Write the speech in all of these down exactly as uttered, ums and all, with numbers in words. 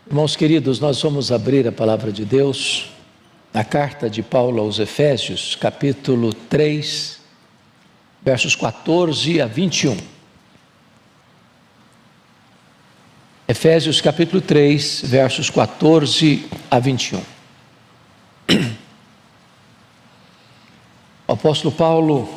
Irmãos queridos, nós vamos abrir a palavra de Deus na carta de Paulo aos Efésios, capítulo três, versos quatorze a vinte e um. Efésios capítulo três, versos quatorze a vinte e um. O apóstolo Paulo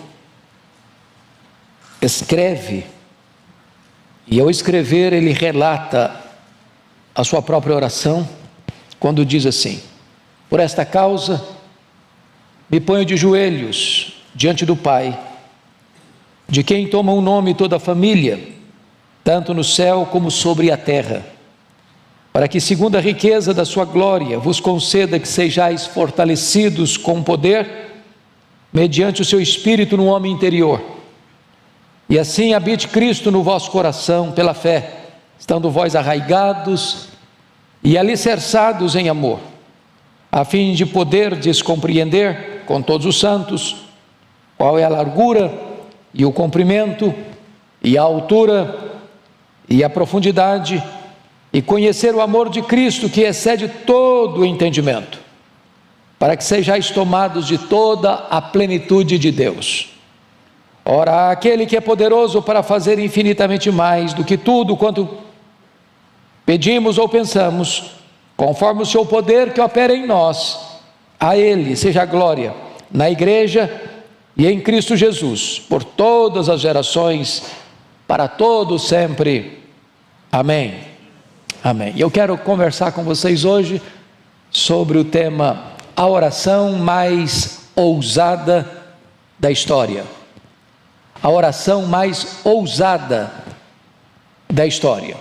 escreve, e ao escrever ele relata a sua própria oração, quando diz assim: por esta causa me ponho de joelhos diante do Pai, de quem toma o nome toda a família, tanto no céu como sobre a terra, para que segundo a riqueza da sua glória vos conceda que sejais fortalecidos com poder, mediante o seu Espírito no homem interior, e assim habite Cristo no vosso coração pela fé, estando vós arraigados e alicerçados em amor, a fim de poderdes compreender com todos os santos qual é a largura e o comprimento e a altura e a profundidade, e conhecer o amor de Cristo que excede todo o entendimento, para que sejais tomados de toda a plenitude de Deus. Ora, aquele que é poderoso para fazer infinitamente mais do que tudo quanto pedimos ou pensamos, conforme o seu poder que opera em nós, a Ele seja a glória na igreja e em Cristo Jesus, por todas as gerações, para todos sempre. Amém. Amém. Eu quero conversar com vocês hoje sobre o tema: a oração mais ousada da história. A oração mais ousada da história.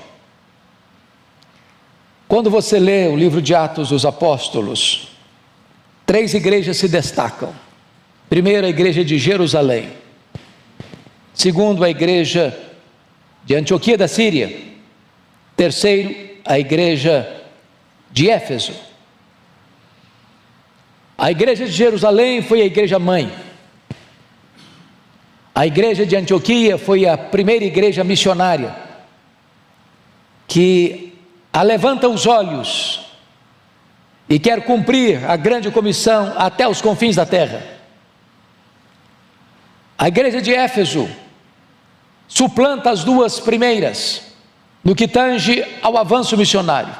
Quando você lê o livro de Atos dos Apóstolos, três igrejas se destacam. Primeiro, a igreja de Jerusalém. Segundo, a igreja de Antioquia da Síria. Terceiro, a igreja de Éfeso. A igreja de Jerusalém foi a igreja mãe. A igreja de Antioquia foi a primeira igreja missionária, que alevanta os olhos e quer cumprir a grande comissão até os confins da terra. A igreja de Éfeso suplanta as duas primeiras no que tange ao avanço missionário,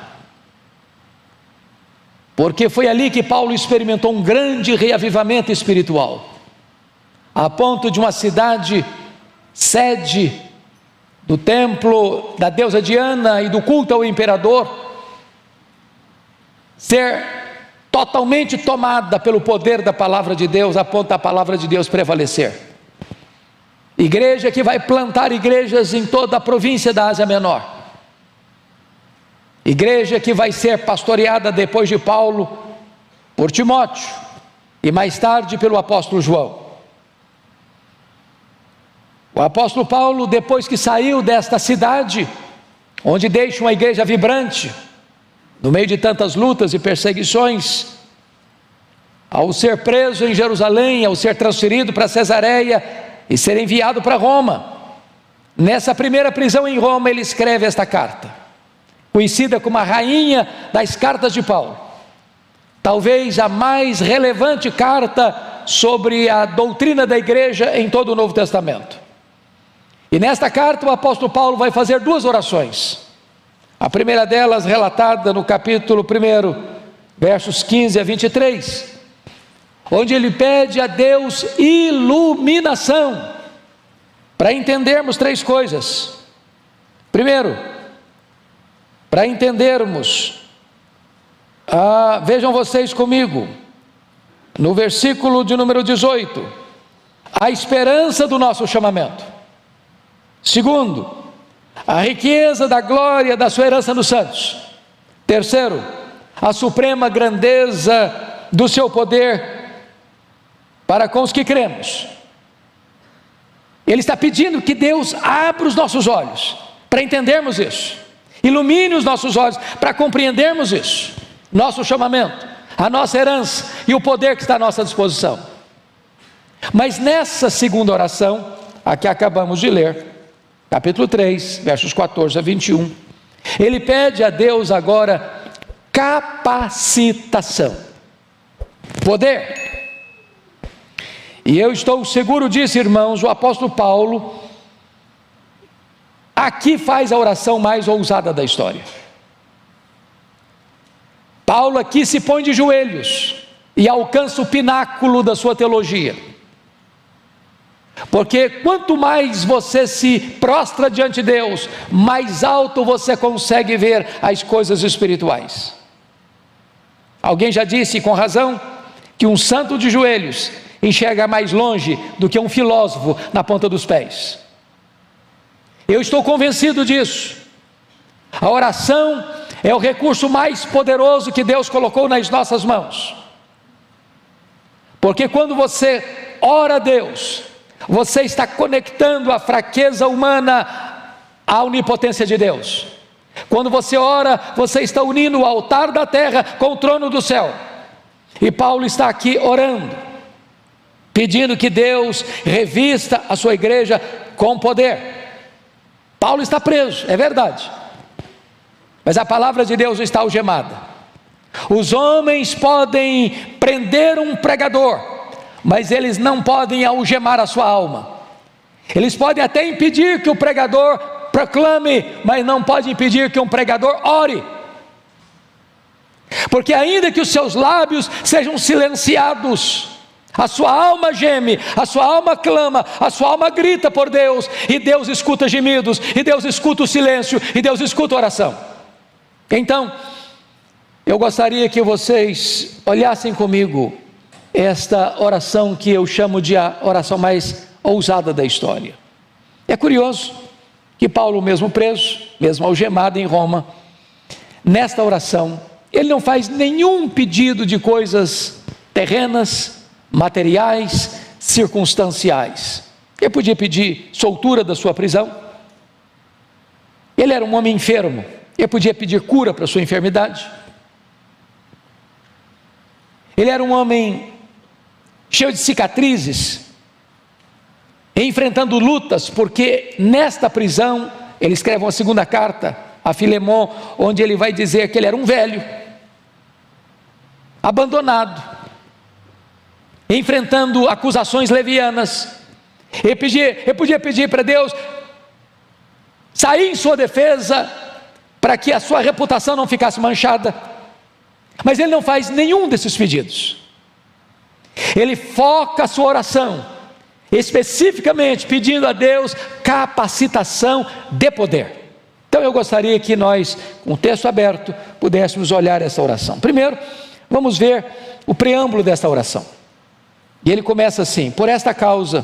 porque foi ali que Paulo experimentou um grande reavivamento espiritual, a ponto de uma cidade sede do templo da deusa Diana e do culto ao imperador ser totalmente tomada pelo poder da palavra de Deus, a ponto da palavra de Deus prevalecer. Igreja que vai plantar igrejas em toda a província da Ásia Menor. Igreja que vai ser pastoreada depois de Paulo por Timóteo e mais tarde pelo apóstolo João. O apóstolo Paulo, depois que saiu desta cidade, onde deixa uma igreja vibrante, no meio de tantas lutas e perseguições, ao ser preso em Jerusalém, ao ser transferido para Cesareia e ser enviado para Roma, nessa primeira prisão em Roma, ele escreve esta carta, conhecida como a rainha das cartas de Paulo, talvez a mais relevante carta sobre a doutrina da igreja em todo o Novo Testamento. E nesta carta o apóstolo Paulo vai fazer duas orações. A primeira delas relatada no capítulo um, versos quinze a vinte e três, onde ele pede a Deus iluminação para entendermos três coisas. Primeiro, para entendermos, ah, vejam vocês comigo, no versículo de número dezoito, a esperança do nosso chamamento. Segundo, a riqueza da glória da sua herança nos santos. Terceiro, a suprema grandeza do seu poder para com os que cremos. Ele está pedindo que Deus abra os nossos olhos para entendermos isso, ilumine os nossos olhos para compreendermos isso, nosso chamamento, a nossa herança e o poder que está à nossa disposição. Mas nessa segunda oração, a que acabamos de ler, capítulo três, versos quatorze a vinte e um, ele pede a Deus agora capacitação, poder. E eu estou seguro disso, irmãos, o apóstolo Paulo aqui faz a oração mais ousada da história. Paulo aqui se põe de joelhos e alcança o pináculo da sua teologia. Porque quanto mais você se prostra diante de Deus, mais alto você consegue ver as coisas espirituais. Alguém já disse com razão que um santo de joelhos enxerga mais longe do que um filósofo na ponta dos pés. Eu estou convencido disso. A oração é o recurso mais poderoso que Deus colocou nas nossas mãos. Porque quando você ora a Deus, você está conectando a fraqueza humana à onipotência de Deus. Quando você ora, você está unindo o altar da terra com o trono do céu. E Paulo está aqui orando, pedindo que Deus revista a sua igreja com poder. Paulo está preso, é verdade, mas a palavra de Deus está algemada. Os homens podem prender um pregador, mas eles não podem algemar a sua alma. Eles podem até impedir que o pregador proclame, mas não podem impedir que um pregador ore. Porque ainda que os seus lábios sejam silenciados, a sua alma geme, a sua alma clama, a sua alma grita por Deus, e Deus escuta gemidos, e Deus escuta o silêncio, e Deus escuta a oração. Então, eu gostaria que vocês olhassem comigo esta oração que eu chamo de a oração mais ousada da história. É curioso que Paulo, mesmo preso, mesmo algemado em Roma, nesta oração, ele não faz nenhum pedido de coisas terrenas, materiais, circunstanciais. Ele podia pedir soltura da sua prisão. Ele era um homem enfermo, ele podia pedir cura para a sua enfermidade. Ele era um homem cheio de cicatrizes, enfrentando lutas, porque nesta prisão, ele escreve uma segunda carta a Filemon, onde ele vai dizer que ele era um velho, abandonado, enfrentando acusações levianas. Ele, pedia, ele podia pedir para Deus sair em sua defesa, para que a sua reputação não ficasse manchada, mas ele não faz nenhum desses pedidos. Ele foca a sua oração, especificamente pedindo a Deus capacitação de poder. Então eu gostaria que nós, com o texto aberto, pudéssemos olhar essa oração. Primeiro, vamos ver o preâmbulo desta oração. E ele começa assim: por esta causa,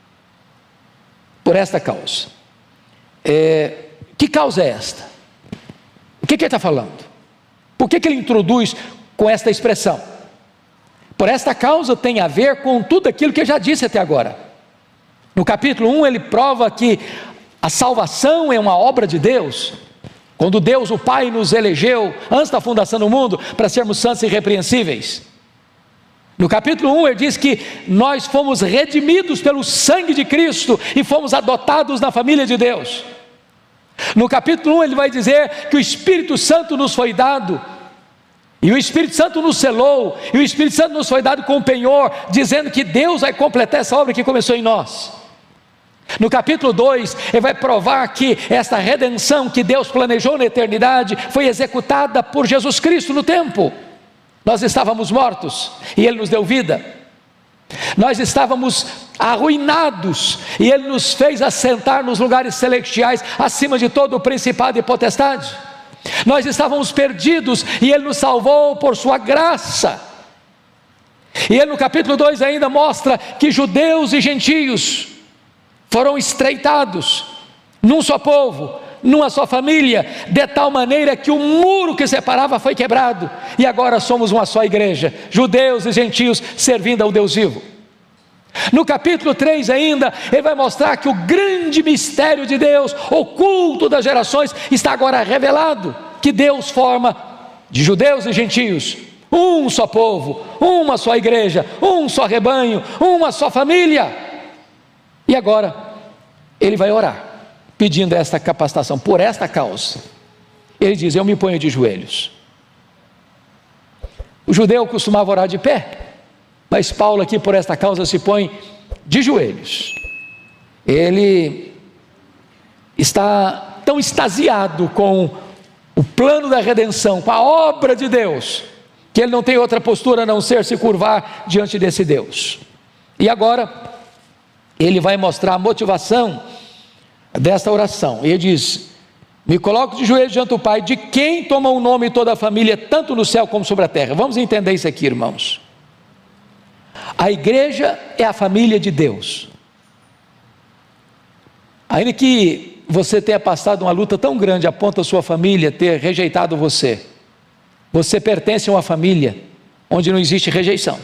por esta causa. É, que causa é esta? O que, que ele está falando? Por que, que ele introduz com esta expressão? Por esta causa tem a ver com tudo aquilo que eu já disse até agora. No capítulo um ele prova que a salvação é uma obra de Deus. Quando Deus o Pai nos elegeu antes da fundação do mundo para sermos santos e irrepreensíveis. No capítulo um ele diz que nós fomos redimidos pelo sangue de Cristo e fomos adotados na família de Deus. No capítulo um ele vai dizer que o Espírito Santo nos foi dado, e o Espírito Santo nos selou, e o Espírito Santo nos foi dado com o penhor, dizendo que Deus vai completar essa obra que começou em nós. No capítulo dois ele vai provar que esta redenção que Deus planejou na eternidade foi executada por Jesus Cristo no tempo. Nós estávamos mortos e Ele nos deu vida. Nós estávamos arruinados e Ele nos fez assentar nos lugares celestiais, acima de todo o principado e potestade. Nós estávamos perdidos e Ele nos salvou por sua graça. E Ele no capítulo dois ainda mostra que judeus e gentios foram estreitados num só povo, numa só família, de tal maneira que o muro que separava foi quebrado, e agora somos uma só igreja, judeus e gentios servindo ao Deus vivo. No capítulo três ainda, ele vai mostrar que o grande mistério de Deus, oculto das gerações, está agora revelado, que Deus forma de judeus e gentios um só povo, uma só igreja, um só rebanho, uma só família. E agora ele vai orar, pedindo esta capacitação. Por esta causa ele diz: eu me ponho de joelhos. O judeu costumava orar de pé, mas Paulo aqui por esta causa se põe de joelhos. Ele está tão extasiado com o plano da redenção, com a obra de Deus, que ele não tem outra postura a não ser se curvar diante desse Deus. E agora ele vai mostrar a motivação desta oração. Ele diz: me coloco de joelhos diante do Pai, de quem toma o nome toda a família, tanto no céu como sobre a terra. Vamos entender isso aqui, irmãos. A igreja é a família de Deus. Ainda que você tenha passado uma luta tão grande a ponto da sua família ter rejeitado você, você pertence a uma família onde não existe rejeição.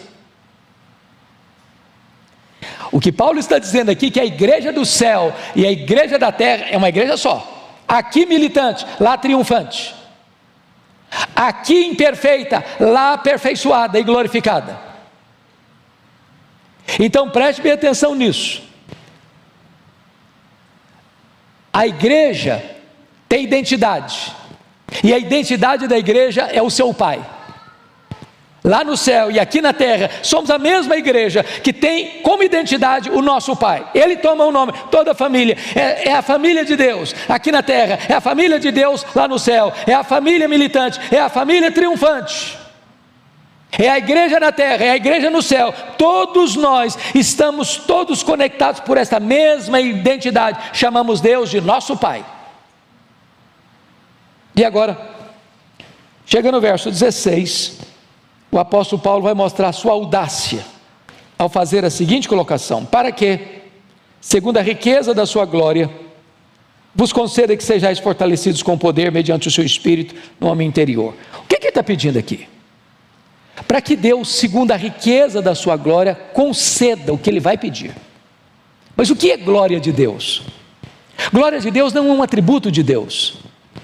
O que Paulo está dizendo aqui é que a igreja do céu e a igreja da terra é uma igreja só. Aqui militante, lá triunfante. Aqui imperfeita, lá aperfeiçoada e glorificada. Então preste bem atenção nisso. A igreja tem identidade, e a identidade da igreja é o seu Pai. Lá no céu e aqui na terra, somos a mesma igreja que tem como identidade o nosso Pai. Ele toma o nome, toda a família, é, é a família de Deus aqui na terra, é a família de Deus lá no céu, é a família militante, é a família triunfante, é a igreja na terra, é a igreja no céu. Todos nós estamos todos conectados por esta mesma identidade, chamamos Deus de nosso Pai. E agora, chega no verso dezesseis, o apóstolo Paulo vai mostrar a sua audácia, ao fazer a seguinte colocação: para que, segundo a riqueza da sua glória, vos conceda que sejais fortalecidos com poder, mediante o seu Espírito, no homem interior. O que, que ele está pedindo aqui? Para que Deus, segundo a riqueza da sua glória, conceda o que ele vai pedir. Mas o que é glória de Deus? Glória de Deus não é um atributo de Deus.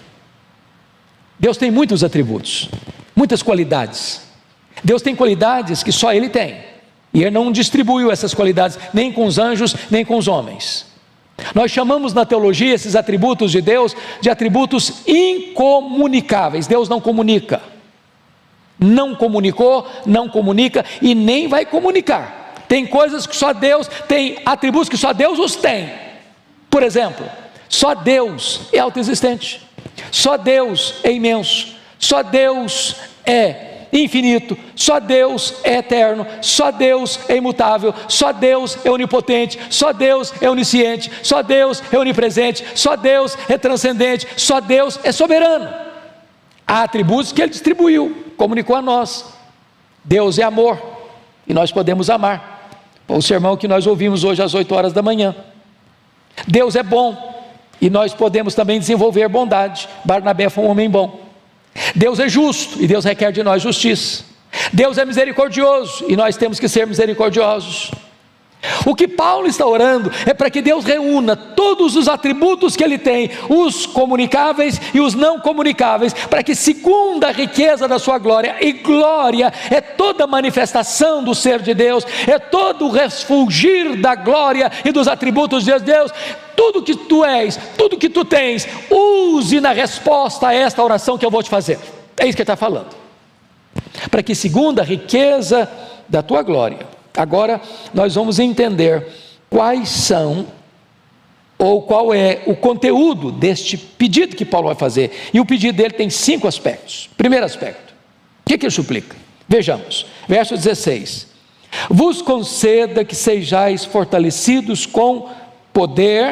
Deus tem muitos atributos, muitas qualidades. Deus tem qualidades que só Ele tem, e Ele não distribuiu essas qualidades nem com os anjos, nem com os homens. Nós chamamos na teologia esses atributos de Deus de atributos incomunicáveis. Deus não comunica, não comunicou, não comunica e nem vai comunicar. Tem coisas que só Deus tem, atributos que só Deus os tem. Por exemplo, só Deus é autoexistente, só Deus é imenso, só Deus é infinito, só Deus é eterno, só Deus é imutável, só Deus é onipotente, só Deus é onisciente, só Deus é onipresente, só Deus é transcendente, só Deus é soberano. Há atributos que Ele distribuiu, comunicou a nós. Deus é amor, e nós podemos amar. O sermão que nós ouvimos hoje às oito horas da manhã. Deus é bom, e nós podemos também desenvolver bondade. Barnabé foi um homem bom. Deus é justo, e Deus requer de nós justiça. Deus é misericordioso, e nós temos que ser misericordiosos. O que Paulo está orando é para que Deus reúna todos os atributos que Ele tem, os comunicáveis e os não comunicáveis, para que, segundo a riqueza da sua glória, e glória é toda manifestação do ser de Deus, é todo o refulgir da glória e dos atributos de Deus. Tudo que tu és, tudo que tu tens, use na resposta a esta oração que eu vou te fazer. É isso que ele está falando. Para que, segundo a riqueza da tua glória, agora nós vamos entender quais são, ou qual é o conteúdo deste pedido que Paulo vai fazer. E o pedido dele tem cinco aspectos. Primeiro aspecto, o que, que ele suplica? Vejamos, verso dezesseis: vos conceda que sejais fortalecidos com poder,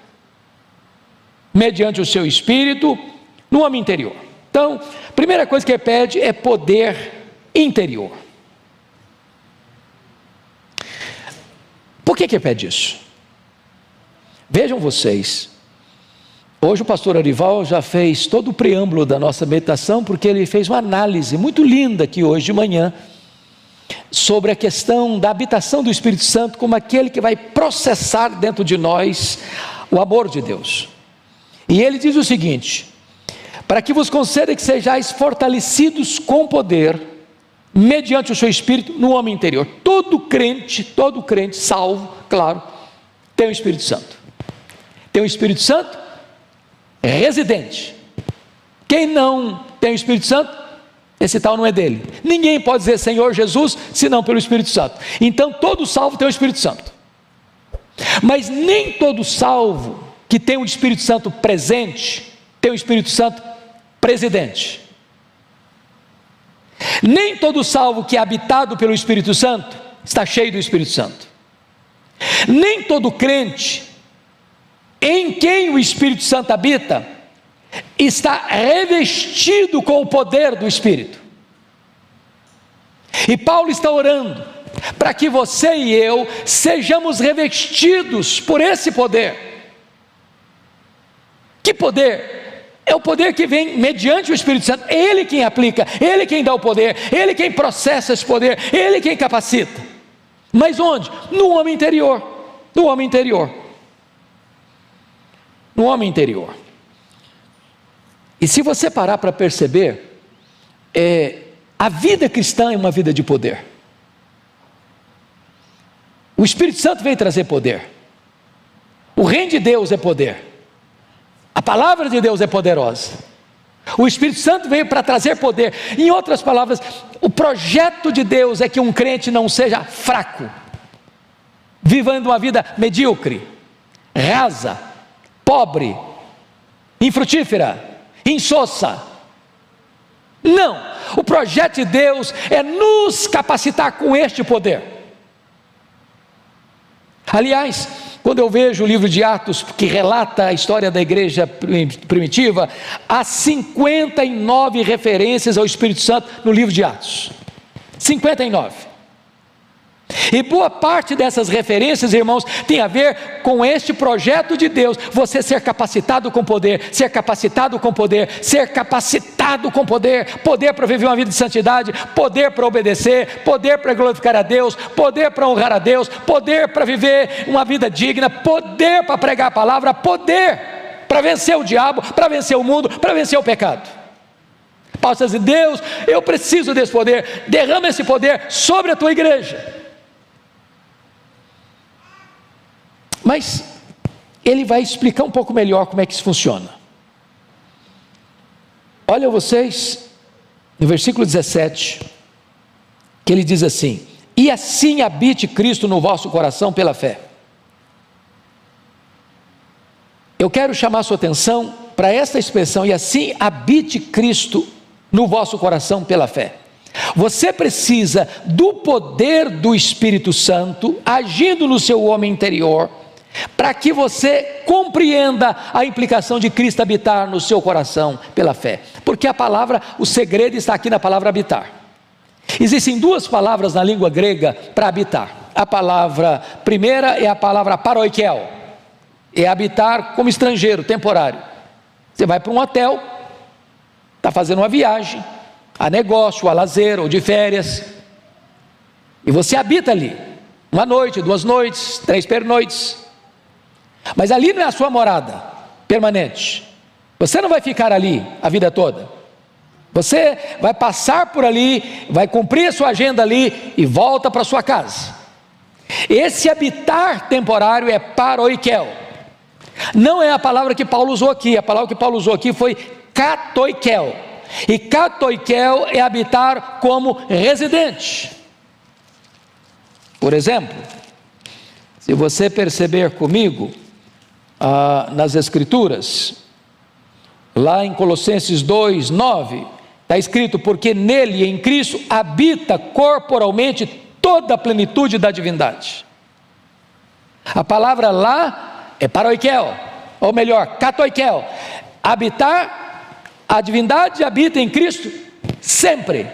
mediante o seu Espírito, no homem interior. Então, a primeira coisa que ele pede é poder interior. Por que que ele pede isso? Vejam vocês, hoje o pastor Arival já fez todo o preâmbulo da nossa meditação, porque ele fez uma análise muito linda aqui hoje de manhã, sobre a questão da habitação do Espírito Santo, como aquele que vai processar dentro de nós o amor de Deus. E ele diz o seguinte: para que vos conceda que sejais fortalecidos com poder, mediante o seu Espírito, no homem interior. Todo crente, todo crente salvo, claro, tem o Espírito Santo. Tem o Espírito Santo residente. Quem não tem o Espírito Santo, Esse tal não é dele. Ninguém pode dizer Senhor Jesus, senão pelo Espírito Santo. Então todo salvo tem o Espírito Santo. Mas nem todo salvo que tem o Espírito Santo presente, tem o Espírito Santo presidente. Nem todo salvo que é habitado pelo Espírito Santo, está cheio do Espírito Santo. Nem todo crente, em quem o Espírito Santo habita, está revestido com o poder do Espírito. E Paulo está orando para que você e eu sejamos revestidos por esse poder. Que poder? É o poder que vem mediante o Espírito Santo. É Ele quem aplica, Ele quem dá o poder, Ele quem processa esse poder, Ele quem capacita. Mas onde? No homem interior. No homem interior. No homem interior. E se você parar para perceber, é, a vida cristã é uma vida de poder. O Espírito Santo veio trazer poder. O reino de Deus é poder. A palavra de Deus é poderosa. O Espírito Santo veio para trazer poder. Em outras palavras, o projeto de Deus é que um crente não seja fraco, vivendo uma vida medíocre, rasa, pobre, infrutífera, insossa. Não, o projeto de Deus é nos capacitar com este poder. Aliás, quando eu vejo o livro de Atos, que relata a história da igreja primitiva, há cinquenta e nove referências ao Espírito Santo no livro de Atos. cinquenta e nove. E boa parte dessas referências, irmãos, tem a ver com este projeto de Deus, você ser capacitado com poder, ser capacitado com poder, ser capacitado com poder, poder para viver uma vida de santidade, poder para obedecer, poder para glorificar a Deus, poder para honrar a Deus, poder para viver uma vida digna, poder para pregar a palavra, poder para vencer o diabo, para vencer o mundo, para vencer o pecado. Paulo está dizendo: Deus, eu preciso desse poder, derrama esse poder sobre a tua igreja. Mas ele vai explicar um pouco melhor como é que isso funciona. Olha vocês, no versículo dezessete, que ele diz assim: e assim habite Cristo no vosso coração pela fé. Eu quero chamar a sua atenção para esta expressão: e assim habite Cristo no vosso coração pela fé. Você precisa do poder do Espírito Santo agindo no seu homem interior, para que você compreenda a implicação de Cristo habitar no seu coração pela fé, porque a palavra, o segredo está aqui na palavra habitar. Existem duas palavras na língua grega para habitar. A palavra primeira é a palavra paroikel, é habitar como estrangeiro, temporário. Você vai para um hotel, está fazendo uma viagem, a negócio, a lazer ou de férias, e você habita ali, uma noite, duas noites, três pernoites. Mas ali não é a sua morada permanente. Você não vai ficar ali a vida toda. Você vai passar por ali, vai cumprir a sua agenda ali e volta para sua casa. Esse habitar temporário é paroikel. Não é a palavra que Paulo usou aqui. A palavra que Paulo usou aqui foi katoikel. E katoikel é habitar como residente. Por exemplo, se você perceber comigo, Ah, nas Escrituras, lá em Colossenses dois, nove, está escrito: porque nele, em Cristo, habita corporalmente toda a plenitude da divindade. A palavra lá é paroikel, ou melhor, katoikel. Habitar, a divindade habita em Cristo sempre,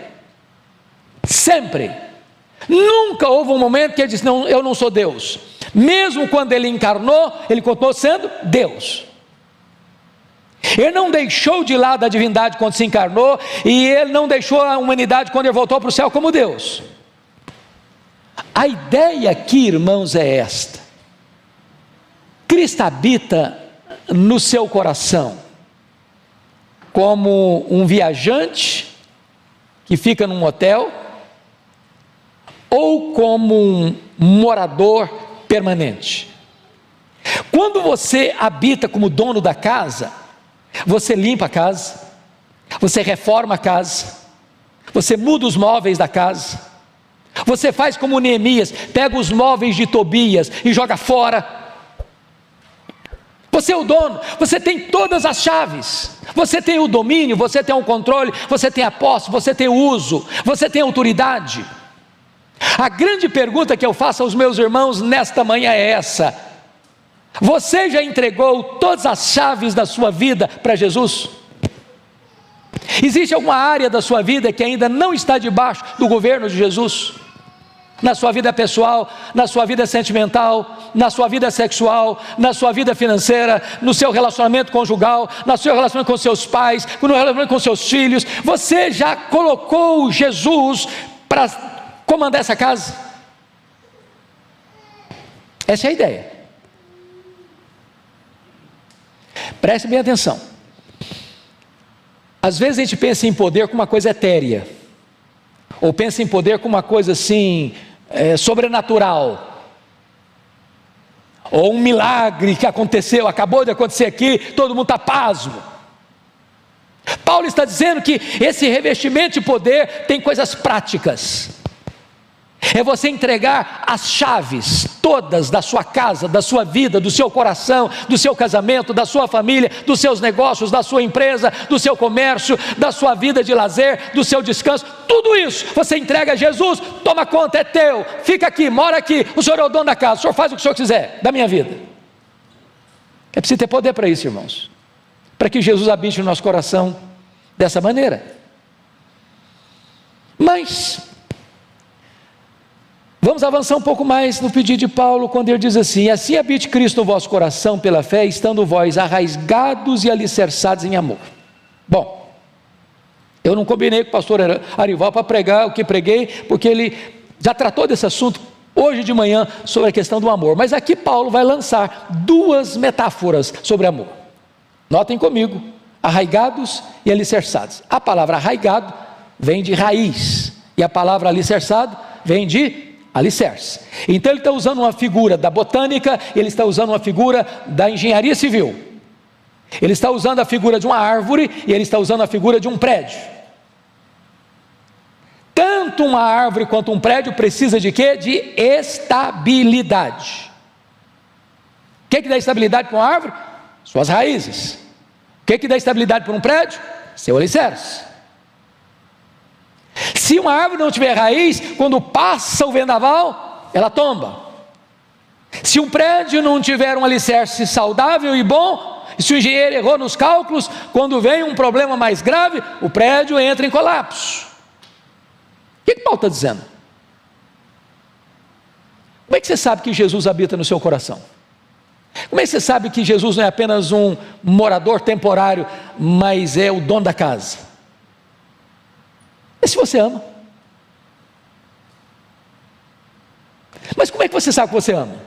sempre. Nunca houve um momento que ele disse: não, eu não sou Deus. Mesmo quando ele encarnou, ele continuou sendo Deus. Ele não deixou de lado a divindade quando se encarnou, e ele não deixou a humanidade quando ele voltou para o céu como Deus. A ideia aqui, irmãos, é esta: Cristo habita no seu coração como um viajante que fica num hotel, ou como um morador permanente. Quando você habita como dono da casa, você limpa a casa, você reforma a casa, Você muda os móveis da casa. Você faz como Neemias, pega os móveis de Tobias e joga fora. Você é o dono, você tem todas as chaves. Você tem o domínio, você tem o controle, você tem a posse, você tem o uso, você tem a autoridade. A grande pergunta que eu faço aos meus irmãos nesta manhã é essa: você já entregou todas as chaves da sua vida para Jesus? Existe alguma área da sua vida que ainda não está debaixo do governo de Jesus? Na sua vida pessoal, na sua vida sentimental, na sua vida sexual, na sua vida financeira, no seu relacionamento conjugal, no seu relacionamento com seus pais, no relacionamento com seus filhos. Você já colocou Jesus para comandar essa casa? Essa é a ideia. Preste bem atenção. Às vezes a gente pensa em poder como uma coisa etérea, ou pensa em poder como uma coisa assim, é, sobrenatural, ou um milagre que aconteceu, acabou de acontecer aqui, todo mundo está pasmo. Paulo está dizendo que esse revestimento de poder tem coisas práticas. É você entregar as chaves todas da sua casa, da sua vida, do seu coração, do seu casamento, da sua família, dos seus negócios, da sua empresa, do seu comércio, da sua vida de lazer, do seu descanso. Tudo isso você entrega a Jesus. Toma conta, é teu, fica aqui, mora aqui, o Senhor é o dono da casa, o Senhor faz o que o Senhor quiser da minha vida. É preciso ter poder para isso, irmãos, para que Jesus habite no nosso coração dessa maneira. Mas vamos avançar um pouco mais no pedido de Paulo, quando ele diz assim: assim habite Cristo no vosso coração pela fé, estando vós arraigados e alicerçados em amor. Bom, eu não combinei com o pastor Arival para pregar o que preguei, porque ele já tratou desse assunto hoje de manhã, sobre a questão do amor. Mas aqui Paulo vai lançar duas metáforas sobre amor. Notem comigo: arraigados e alicerçados. A palavra arraigado vem de raiz, e a palavra alicerçado vem de alicerce. Então ele está usando uma figura da botânica, ele está usando uma figura da engenharia civil, ele está usando a figura de uma árvore, e ele está usando a figura de um prédio. Tanto uma árvore quanto um prédio precisa de quê? De estabilidade. O que que dá estabilidade para uma árvore? Suas raízes. O que que dá estabilidade para um prédio? Seu alicerce. Se uma árvore não tiver raiz, quando passa o vendaval, ela tomba. Se um prédio não tiver um alicerce saudável e bom, se o engenheiro errou nos cálculos, quando vem um problema mais grave, o prédio entra em colapso. O que que Paulo está dizendo? Como é que você sabe que Jesus habita no seu coração? Como é que você sabe que Jesus não é apenas um morador temporário, mas é o dono da casa? É se você ama. Mas como é que você sabe que você ama?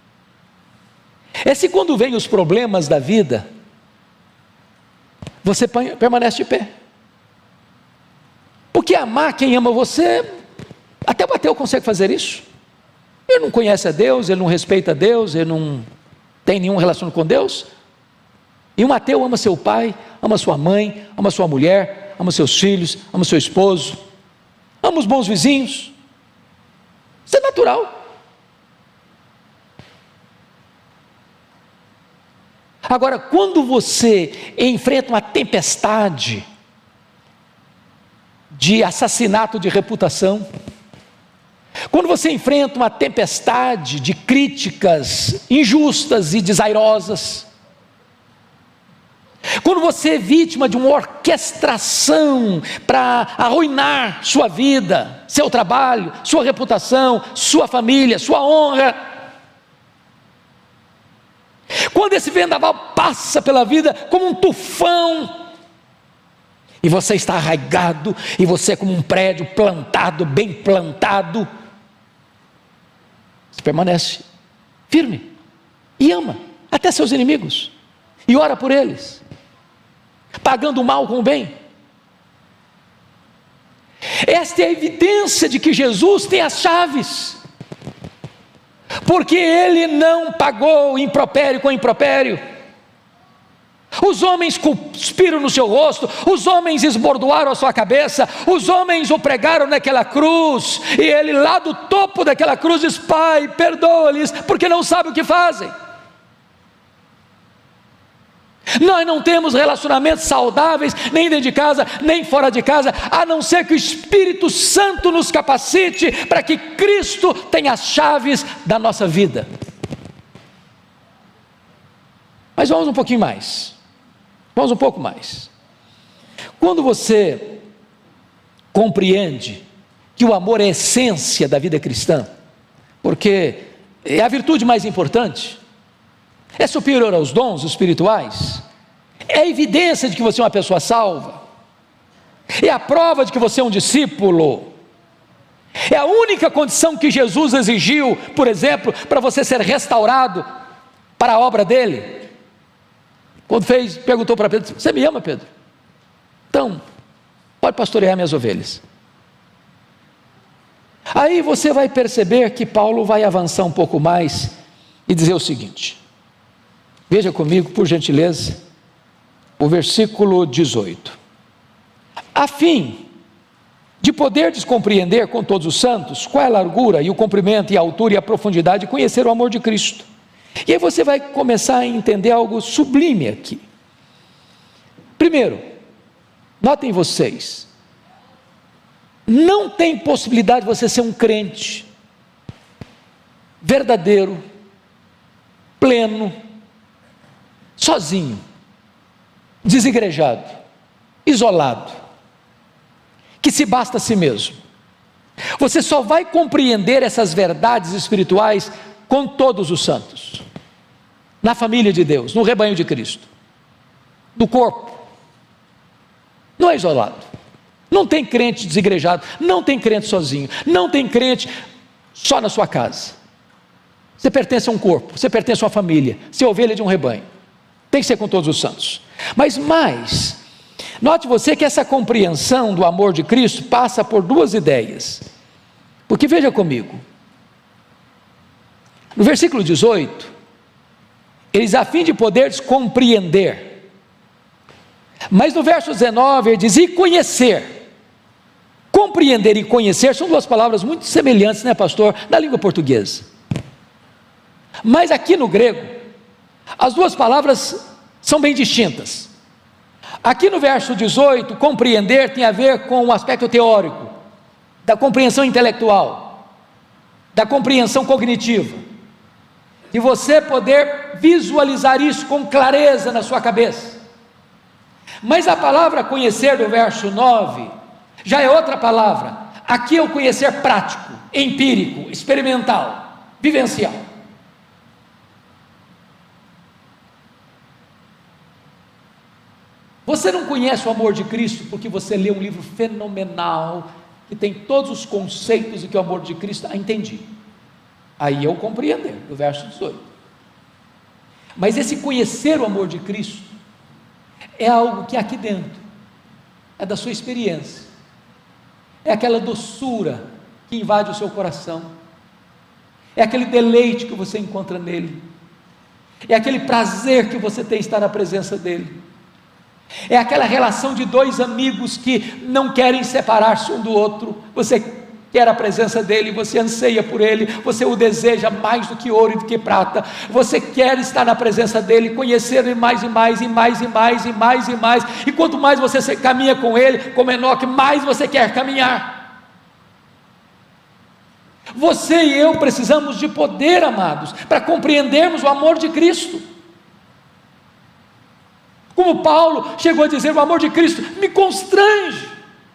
É se quando vem os problemas da vida, você permanece de pé. Porque amar quem ama você, até o ateu consegue fazer isso. Ele não conhece a Deus, ele não respeita a Deus, ele não tem nenhum relacionamento com Deus. E um ateu ama seu pai, ama sua mãe, ama sua mulher, ama seus filhos, ama seu esposo, ama os bons vizinhos. Isso é natural. Agora, quando você enfrenta uma tempestade de assassinato de reputação, quando você enfrenta uma tempestade de críticas injustas e desairosas, quando você é vítima de uma orquestração para arruinar sua vida, seu trabalho, sua reputação, sua família, sua honra, quando esse vendaval passa pela vida como um tufão, e você está arraigado, e você é como um prédio plantado, bem plantado, você permanece firme, e ama até seus inimigos, e ora por eles, pagando o mal com o bem. Esta é a evidência de que Jesus tem as chaves, porque Ele não pagou impropério com impropério. os homens cuspiram no seu rosto, os homens esbordoaram a sua cabeça, os homens o pregaram naquela cruz, e ele lá do topo daquela cruz diz: Pai, perdoa-lhes, porque não sabem o que fazem. Nós não temos relacionamentos saudáveis, nem dentro de casa, nem fora de casa, a não ser que o Espírito Santo nos capacite para que Cristo tenha as chaves da nossa vida. Mas vamos um pouquinho mais, vamos um pouco mais. Quando você compreende que o amor é a essência da vida cristã, porque é a virtude mais importante, é superior aos dons espirituais, é a evidência de que você é uma pessoa salva, é a prova de que você é um discípulo, é a única condição que Jesus exigiu, por exemplo, para você ser restaurado para a obra dele. Quando fez, perguntou para Pedro: você me ama, Pedro? Então, pode pastorear minhas ovelhas. Aí você vai perceber que Paulo vai avançar um pouco mais e dizer o seguinte, veja comigo, por gentileza, o versículo dezoito. A fim de poderdes compreender com todos os santos qual é a largura e o comprimento e a altura e a profundidade, e conhecer o amor de Cristo. E aí você vai começar a entender algo sublime aqui. Primeiro, notem vocês, não tem possibilidade de você ser um crente verdadeiro, pleno, sozinho, desigrejado, isolado, que se basta a si mesmo. Você só vai compreender essas verdades espirituais com todos os santos, na família de Deus, no rebanho de Cristo, no corpo. Não é isolado, não tem crente desigrejado, não tem crente sozinho, não tem crente só na sua casa. Você pertence a um corpo, você pertence a uma família, você é ovelha de um rebanho, tem que ser com todos os santos. Mas mais, note você que essa compreensão do amor de Cristo passa por duas ideias, porque veja comigo, no versículo dezoito, eles a fim de poderes compreender, mas no verso dezenove ele diz: e conhecer. Compreender e conhecer são duas palavras muito semelhantes, né, pastor, na língua portuguesa, mas aqui no grego, as duas palavras são bem distintas. Aqui no verso dezoito, compreender tem a ver com o aspecto teórico, da compreensão intelectual, da compreensão cognitiva, e você poder visualizar isso com clareza na sua cabeça. Mas a palavra conhecer do verso nove, já é outra palavra. Aqui é o conhecer prático, empírico, experimental, vivencial. Você não conhece o amor de Cristo porque você lê um livro fenomenal, que tem todos os conceitos de que o amor de Cristo, ah, entendi, aí eu compreender, do verso dezoito. Mas esse conhecer o amor de Cristo é algo que é aqui dentro, é da sua experiência, é aquela doçura que invade o seu coração, é aquele deleite que você encontra nele, é aquele prazer que você tem estar na presença dele, é aquela relação de dois amigos que não querem separar-se um do outro. Você quer a presença dele, você anseia por ele, você o deseja mais do que ouro e do que prata, você quer estar na presença dele, conhecer ele mais e mais e mais e mais e mais e mais, e quanto mais você caminha com ele, como Enoque, mais você quer caminhar. Você e eu precisamos de poder, amados, para compreendermos o amor de Cristo. Como Paulo chegou a dizer, o amor de Cristo me constrange.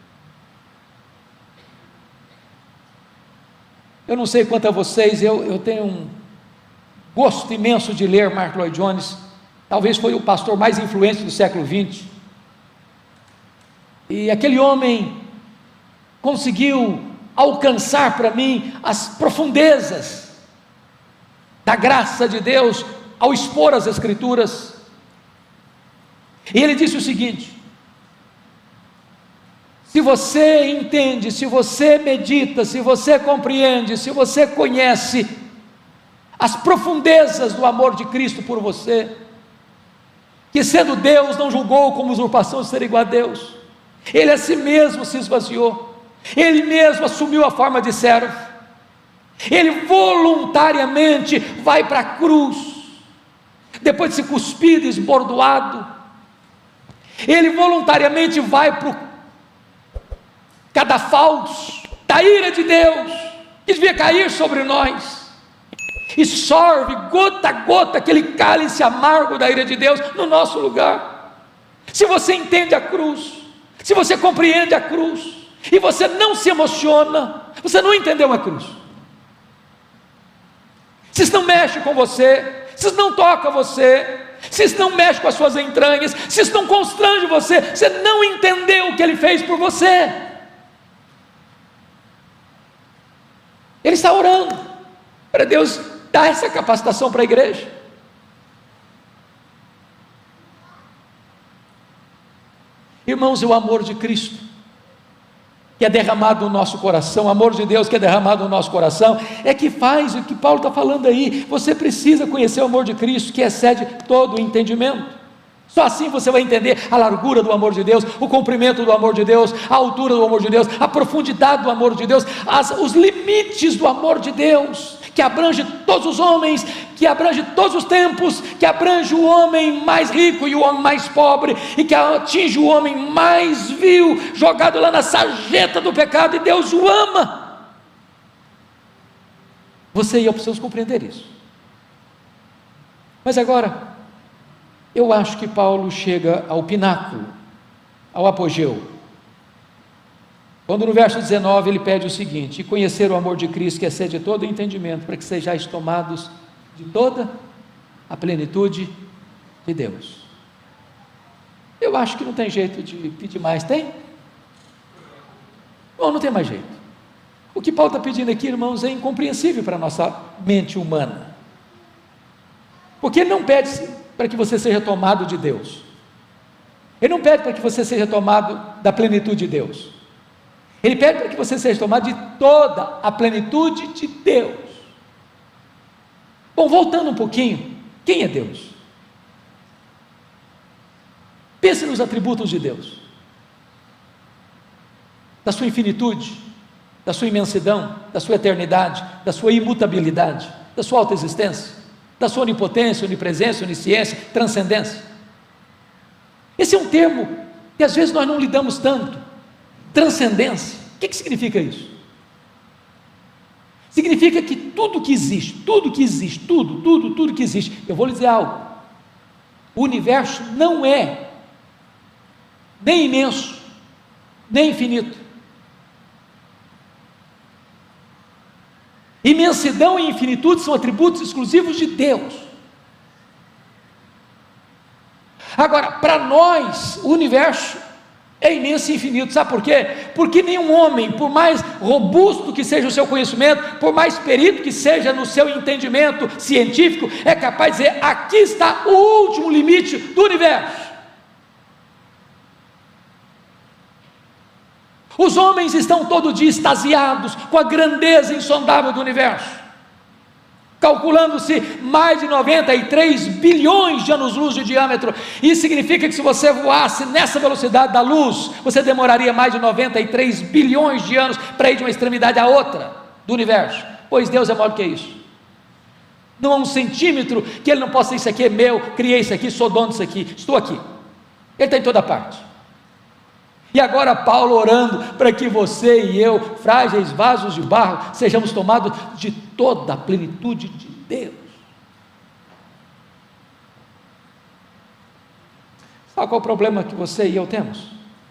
Eu não sei quanto a vocês, eu, eu tenho um gosto imenso de ler Mark Lloyd Jones, talvez foi o pastor mais influente do século vinte, e aquele homem conseguiu alcançar para mim as profundezas da graça de Deus, ao expor as Escrituras, e ele disse o seguinte: se você entende, se você medita, se você compreende, se você conhece as profundezas do amor de Cristo por você, que sendo Deus não julgou como usurpação ser igual a Deus, Ele a si mesmo se esvaziou, Ele mesmo assumiu a forma de servo, Ele voluntariamente vai para a cruz, depois de se cuspido e esbordoado, Ele voluntariamente vai para o cadafalso da ira de Deus, que devia cair sobre nós, e sorve gota a gota aquele cálice amargo da ira de Deus no nosso lugar. Se você entende a cruz, se você compreende a cruz, e você não se emociona, você não entendeu a cruz. Se isso não mexe com você, se isso não toca você, se isso não mexe com as suas entranhas, se isso não constrange você, você não entendeu o que Ele fez por você. Ele está orando para Deus dar essa capacitação para a igreja. Irmãos, o amor de Cristo que é derramado no nosso coração, o amor de Deus que é derramado no nosso coração, é que faz o que Paulo está falando aí. Você precisa conhecer o amor de Cristo, que excede todo o entendimento. Só assim você vai entender a largura do amor de Deus, o comprimento do amor de Deus, a altura do amor de Deus, a profundidade do amor de Deus, as, os limites do amor de Deus, que abrange todos os homens, que abrange todos os tempos, que abrange o homem mais rico e o homem mais pobre, e que atinge o homem mais vil, jogado lá na sarjeta do pecado, e Deus o ama. Você e eu precisamos compreender isso. Mas agora, eu acho que Paulo chega ao pináculo, ao apogeu, quando no verso dezenove ele pede o seguinte: e conhecer o amor de Cristo que excede todo o entendimento, para que sejais tomados de toda a plenitude de Deus. Eu acho que não tem jeito de pedir mais, tem? Bom, não tem mais jeito. O que Paulo está pedindo aqui, irmãos, é incompreensível para a nossa mente humana, porque ele não pede para que você seja tomado de Deus, ele não pede para que você seja tomado da plenitude de Deus, ele pede para que você seja tomado de toda a plenitude de Deus. Bom, voltando um pouquinho, quem é Deus? Pense nos atributos de Deus, da sua infinitude, da sua imensidão, da sua eternidade, da sua imutabilidade, da sua autoexistência, da sua onipotência, onipresença, onisciência, transcendência. Esse é um termo que às vezes nós não lidamos tanto. Transcendência, o que, que significa isso? Significa que tudo que existe, tudo que existe, tudo, tudo, tudo que existe, eu vou lhe dizer algo, o universo não é nem imenso, nem infinito. Imensidão e infinitude são atributos exclusivos de Deus. Agora, para nós, o universo é imenso e infinito. Sabe por quê? Porque nenhum homem, por mais robusto que seja o seu conhecimento, por mais perito que seja no seu entendimento científico, é capaz de dizer: aqui está o último limite do universo. Os homens estão todo dia extasiados com a grandeza insondável do universo, calculando-se mais de noventa e três bilhões de anos-luz de diâmetro. Isso significa que se você voasse nessa velocidade da luz, você demoraria mais de noventa e três bilhões de anos para ir de uma extremidade à outra do universo, pois Deus é maior do que isso. Não há um centímetro que Ele não possa dizer: isso aqui é meu, criei isso aqui, sou dono disso aqui, estou aqui. Ele está em toda parte. E agora Paulo orando para que você e eu, frágeis vasos de barro, sejamos tomados de toda a plenitude de Deus. Sabe qual é o problema que você e eu temos?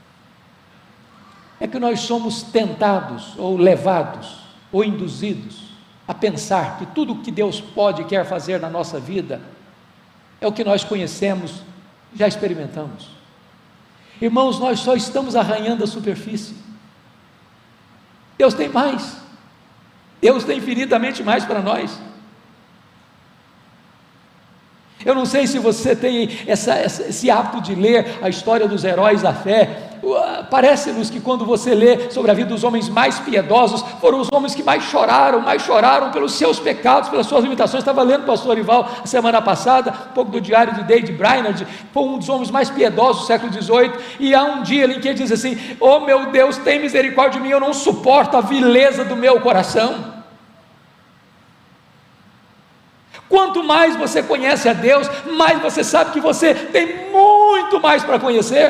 É que nós somos tentados, ou levados, ou induzidos a pensar que tudo o que Deus pode e quer fazer na nossa vida é o que nós conhecemos, já experimentamos. Irmãos, nós só estamos arranhando a superfície. Deus tem mais, Deus tem infinitamente mais para nós. Eu não sei se você tem essa, essa, esse hábito de ler a história dos heróis da fé, parece-nos que quando você lê sobre a vida dos homens mais piedosos, foram os homens que mais choraram, mais choraram pelos seus pecados, pelas suas limitações. Estava lendo o pastor Arival a semana passada, um pouco do diário de David Brainerd, foi um dos homens mais piedosos do século dezoito, e há um dia em que ele diz assim: oh meu Deus, tem misericórdia de mim, eu não suporto a vileza do meu coração. Quanto mais você conhece a Deus, mais você sabe que você tem muito mais para conhecer.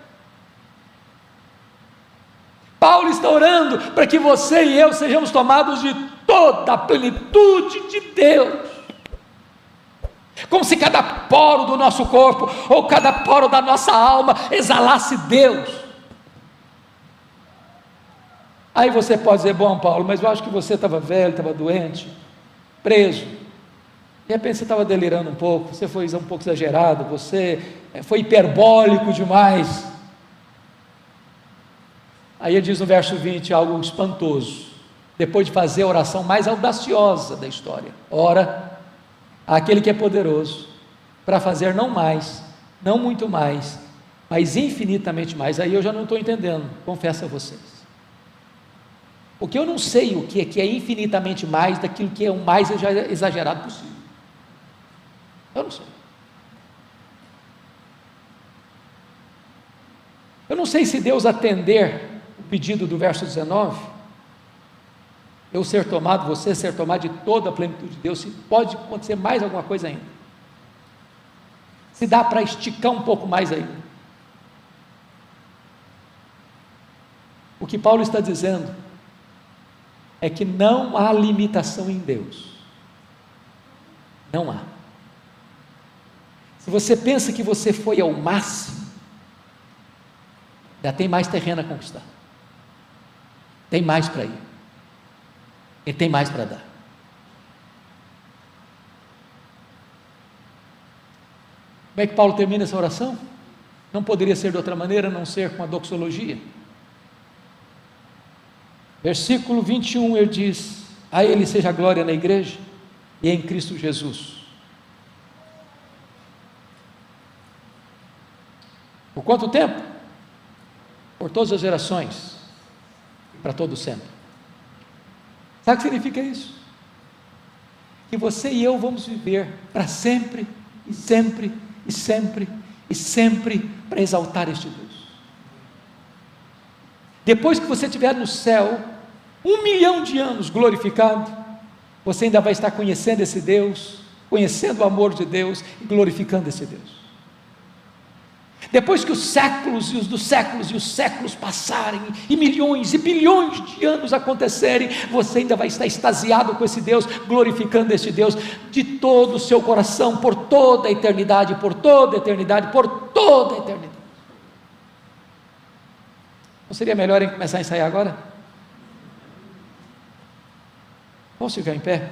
Paulo está orando para que você e eu sejamos tomados de toda a plenitude de Deus, como se cada poro do nosso corpo, ou cada poro da nossa alma exalasse Deus. Aí você pode dizer: bom, Paulo, mas eu acho que você estava velho, estava doente, preso, de repente você estava delirando um pouco, você foi um pouco exagerado, você foi hiperbólico demais. Aí ele diz no verso vinte algo espantoso, depois de fazer a oração mais audaciosa da história: ora àquele que é poderoso para fazer não mais, não muito mais, mas infinitamente mais. Aí eu já não estou entendendo, confesso a vocês, porque eu não sei o que é, que é infinitamente mais daquilo que é o mais exagerado possível. Eu não sei. Eu não sei se Deus atender o pedido do verso dezenove, eu ser tomado, você ser tomado de toda a plenitude de Deus, se pode acontecer mais alguma coisa ainda, se dá para esticar um pouco mais ainda. O que Paulo está dizendo é que não há limitação em Deus, não há. Se você pensa que você foi ao máximo, já tem mais terreno a conquistar, tem mais para ir, e tem mais para dar. Como é que Paulo termina essa oração? Não poderia ser de outra maneira, a não ser com a doxologia. Versículo vinte e um, ele diz: a Ele seja a glória na igreja e em Cristo Jesus, por quanto tempo? Por todas as gerações, e para todo sempre. Sabe o que significa isso? Que você e eu vamos viver para sempre, e sempre, e sempre, e sempre, para exaltar este Deus. Depois que você estiver no céu, um milhão de anos glorificado, você ainda vai estar conhecendo esse Deus, conhecendo o amor de Deus, e glorificando esse Deus. Depois que os séculos e os dos séculos e os séculos passarem, e milhões e bilhões de anos acontecerem, você ainda vai estar extasiado com esse Deus, glorificando esse Deus de todo o seu coração, por toda a eternidade, por toda a eternidade, por toda a eternidade. Não seria melhor em começar a ensaiar agora? Vamos ficar em pé?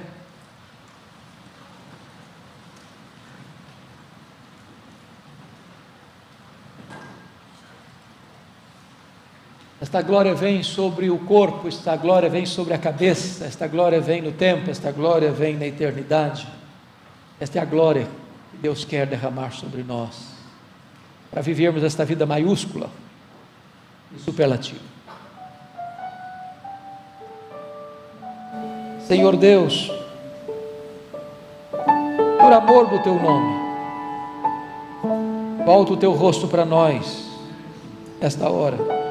Esta glória vem sobre o corpo, esta glória vem sobre a cabeça, esta glória vem no tempo, esta glória vem na eternidade. Esta é a glória que Deus quer derramar sobre nós, para vivermos esta vida maiúscula e superlativa. Senhor Deus, por amor do Teu nome, volta o Teu rosto para nós, esta hora.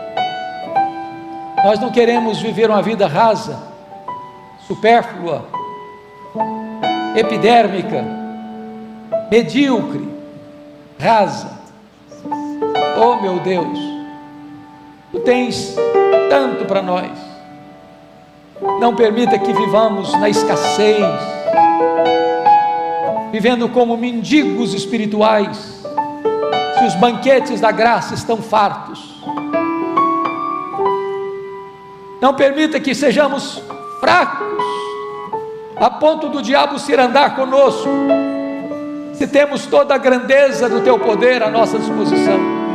Nós não queremos viver uma vida rasa, supérflua, epidérmica, medíocre, rasa. Oh meu Deus, Tu tens tanto para nós. Não permita que vivamos na escassez, vivendo como mendigos espirituais, se os banquetes da graça estão fartos. Não permita que sejamos fracos, a ponto do diabo se irandar conosco, se temos toda a grandeza do Teu poder à nossa disposição.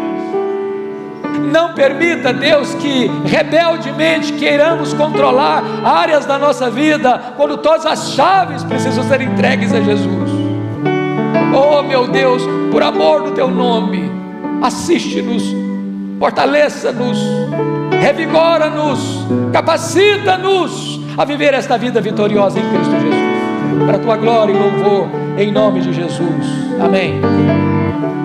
Não permita, Deus, que rebeldemente queiramos controlar áreas da nossa vida, quando todas as chaves precisam ser entregues a Jesus. Oh meu Deus, por amor do Teu nome, assiste-nos fortaleça-nos, revigora-nos, capacita-nos a viver esta vida vitoriosa em Cristo Jesus, para a tua glória e louvor, em nome de Jesus, amém.